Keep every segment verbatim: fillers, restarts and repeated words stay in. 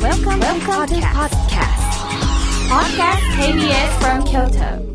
Welcome, Welcome to podcast. Podcast ケービーエス from Kyoto.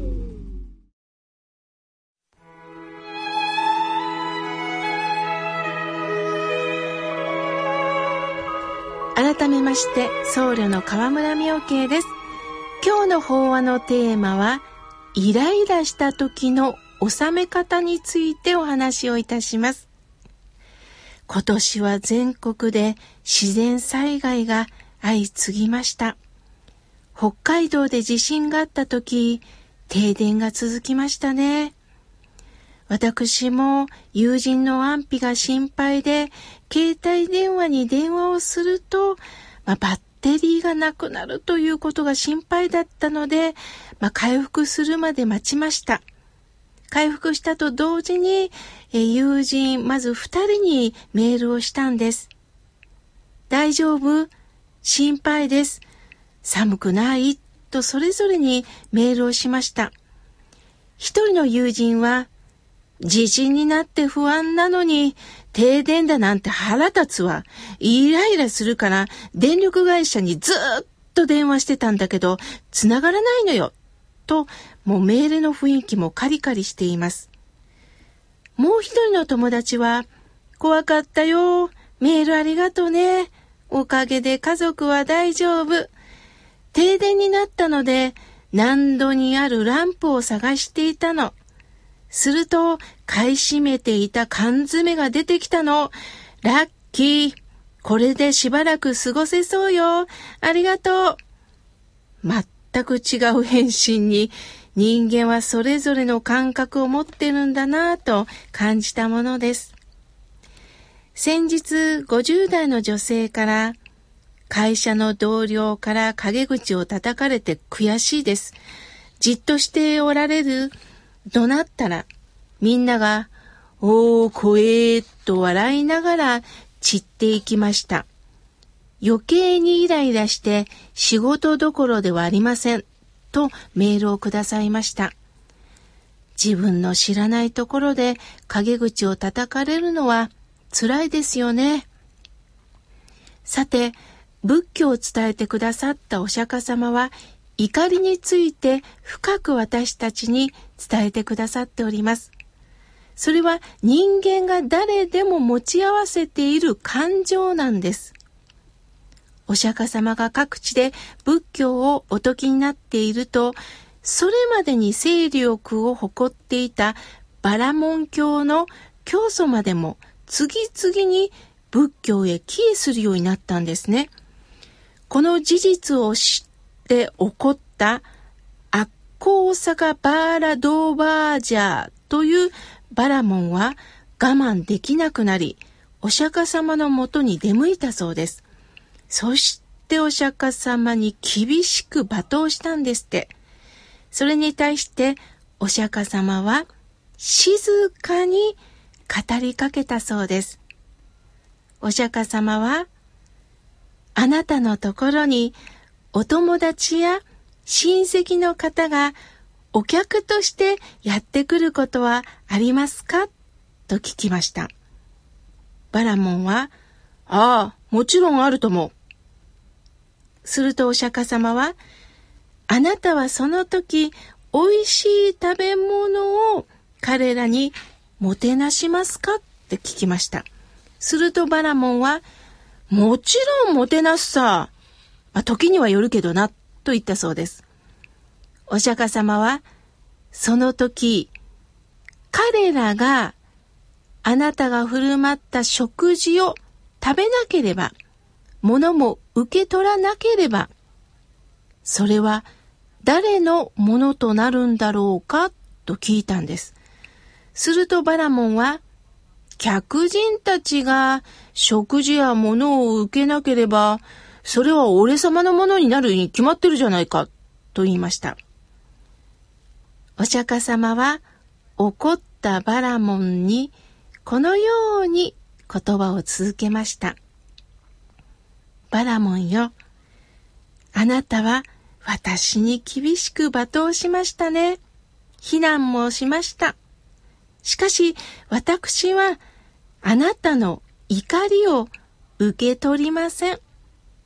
改めまして僧侶の河村明慶です。今日の法話のテーマはイライラした時の収め方についてお話をいたします。今年は全国で自然災害が相次ぎました。北海道で地震があった時、停電が続きましたね。私も友人の安否が心配で、携帯電話に電話をすると、まあ、バッテリーがなくなるということが心配だったので、まあ、回復するまで待ちました。回復したと同時に、え友人、まずふたりにメールをしたんです。大丈夫？心配です。寒くない？とそれぞれにメールをしました。一人の友人は、地震になって不安なのに、停電だなんて腹立つわ。イライラするから、電力会社にずっと電話してたんだけど、繋がらないのよ。と、もうメールの雰囲気もカリカリしています。もう一人の友達は、怖かったよ。メールありがとね。おかげで家族は大丈夫。停電になったので、難度にあるランプを探していたの。すると、買い占めていた缶詰が出てきたの。ラッキー。これでしばらく過ごせそうよ。ありがとう。全く違う返信に、人間はそれぞれの感覚を持ってるんだなぁと感じたものです。先日ごじゅう代の女性から会社の同僚から陰口を叩かれて悔しいです。じっとしておられる怒鳴ったらみんながおー怖えーと笑いながら散っていきました。余計にイライラして仕事どころではありませんとメールをくださいました。自分の知らないところで陰口を叩かれるのは辛いですよね。さて、仏教を伝えてくださったお釈迦様は怒りについて深く私たちに伝えてくださっております。それは人間が誰でも持ち合わせている感情なんです。お釈迦様が各地で仏教をお説きになっていると、それまでに勢力を誇っていたバラモン教の教祖までも次々に仏教へ帰依するようになったんですね。この事実を知って起こったアッコーサガバーラドーバージャーというバラモンは我慢できなくなり、お釈迦様のもとに出向いたそうです。そしてお釈迦様に厳しく罵倒したんですって。それに対してお釈迦様は静かに語りかけたそうです。お釈迦様は、あなたのところにお友達や親戚の方がお客としてやってくることはありますかと聞きました。バラモンは、ああ、もちろんあるとも。するとお釈迦様は、あなたはその時おいしい食べ物を彼らにもてなしますかって聞きました。するとバラモンは、もちろんもてなすさ。まあ、時にはよるけどな、と言ったそうです。お釈迦様は、その時、彼らがあなたが振る舞った食事を食べなければ、物も受け取らなければ、それは誰のものとなるんだろうかと聞いたんです。するとバラモンは、客人たちが食事や物を受けなければ、それは俺様のものになるに決まってるじゃないか、と言いました。お釈迦様は怒ったバラモンにこのように言葉を続けました。バラモンよ、あなたは私に厳しく罵倒しましたね。非難もしました。しかし私はあなたの怒りを受け取りません。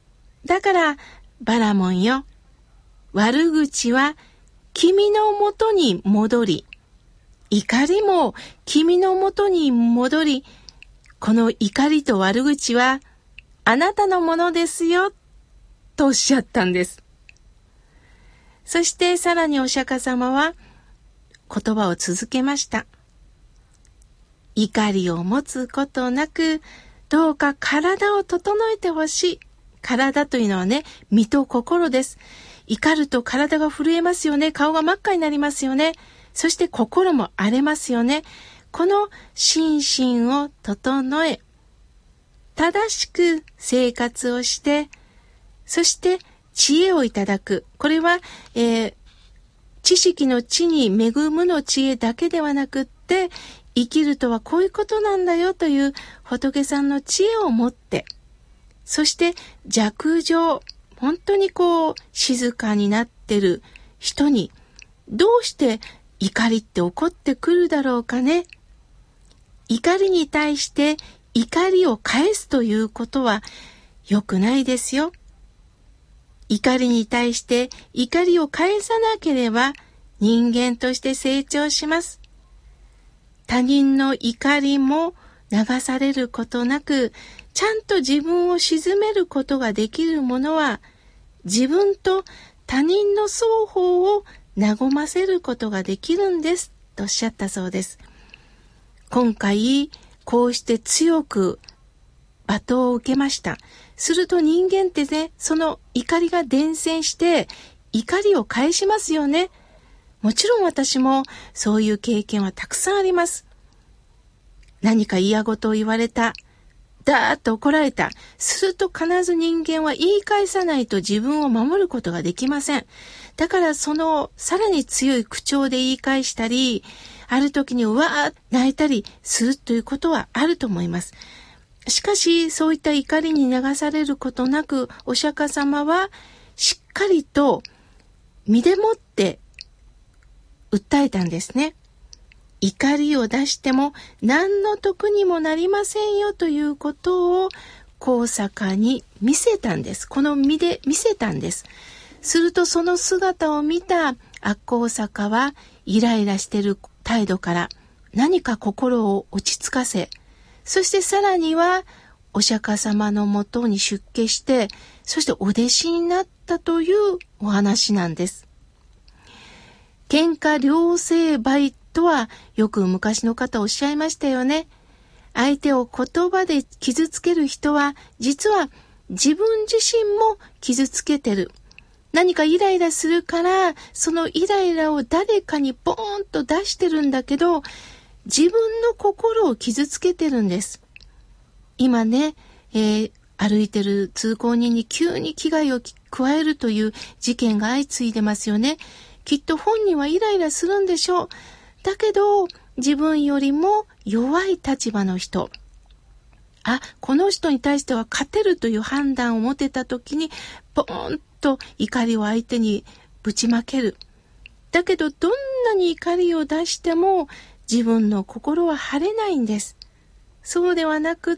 だからバラモンよ、悪口は君のもとに戻り、怒りも君のもとに戻り、この怒りと悪口はあなたのものですよ、とおっしゃったんです。そしてさらにお釈迦様は言葉を続けました。怒りを持つことなく、どうか体を整えてほしい。体というのはね、身と心です。怒ると体が震えますよね。顔が真っ赤になりますよね。そして心も荒れますよね。この心身を整え、正しく生活をして、そして知恵をいただく。これは、えー、知識の知に恵むの知恵だけではなくって、生きるとはこういうことなんだよという仏さんの知恵を持って、そして寂情、本当にこう静かになってる人に、どうして怒りって起こってくるだろうかね。怒りに対して怒りを返すということは良くないですよ。怒りに対して怒りを返さなければ人間として成長します。他人の怒りも流されることなく、ちゃんと自分を鎮めることができるものは、自分と他人の双方を和ませることができるんです、とおっしゃったそうです。今回、こうして強く罵倒を受けました。すると人間ってね、その怒りが伝染して、怒りを返しますよね。もちろん私もそういう経験はたくさんあります。何か嫌事を言われた。だーっと怒られた。すると必ず人間は言い返さないと自分を守ることができません。だからそのさらに強い口調で言い返したり、ある時にうわー泣いたりするということはあると思います。しかしそういった怒りに流されることなく、お釈迦様はしっかりと身でもって訴えたんですね。怒りを出しても何の得にもなりませんよということを高坂に見せたんです。この身で見せたんです。するとその姿を見た悪高坂はイライラしている態度から何か心を落ち着かせ、そしてさらにはお釈迦様のもとに出家して、そしてお弟子になったというお話なんです。喧嘩両成敗とはよく昔の方おっしゃいましたよね。相手を言葉で傷つける人は実は自分自身も傷つけてる。何かイライラするからそのイライラを誰かにボーンと出してるんだけど、自分の心を傷つけてるんです。今ね、えー、歩いてる通行人に急に危害を加えるという事件が相次いでますよね。きっと本人はイライラするんでしょう。だけど自分よりも弱い立場の人、あ、この人に対しては勝てるという判断を持てた時にポーンと怒りを相手にぶちまける。だけどどんなに怒りを出しても自分の心は晴れないんです。そうではなくって、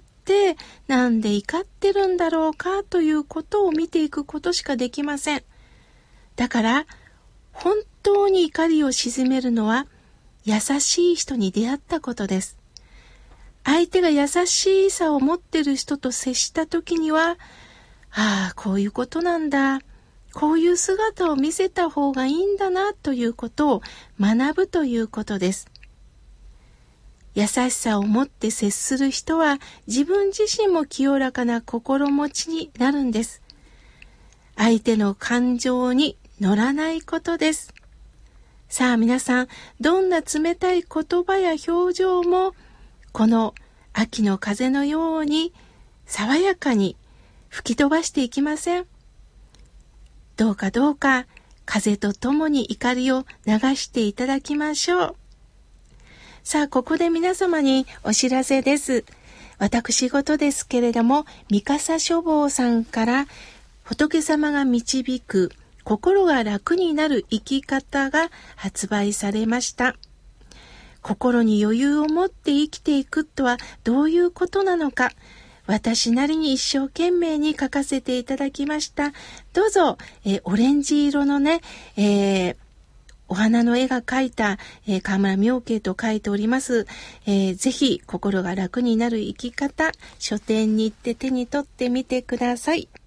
なんで怒ってるんだろうかということを見ていくことしかできません。だから本当に怒りを鎮めるのは優しい人に出会ったことです。相手が優しさを持っている人と接した時には、ああ、こういうことなんだ。こういう姿を見せた方がいいんだなということを学ぶということです。優しさを持って接する人は自分自身も清らかな心持ちになるんです。相手の感情に乗らないことです。さあ皆さん、どんな冷たい言葉や表情もこの秋の風のように爽やかに吹き飛ばしていきません。どうかどうか風とともに怒りを流していただきましょう。さあここで皆様にお知らせです。私事ですけれども、三笠書房さんから仏様が導く心が楽になる生き方が発売されました。心に余裕を持って生きていくとはどういうことなのか、 私なりに一生懸命に描かせていただきました。どうぞ、えー、オレンジ色のね、えー、お花の絵が描いた、えー、川村妙慶と書いております。えー、ぜひ心が楽になる生き方、書店に行って手に取ってみてください。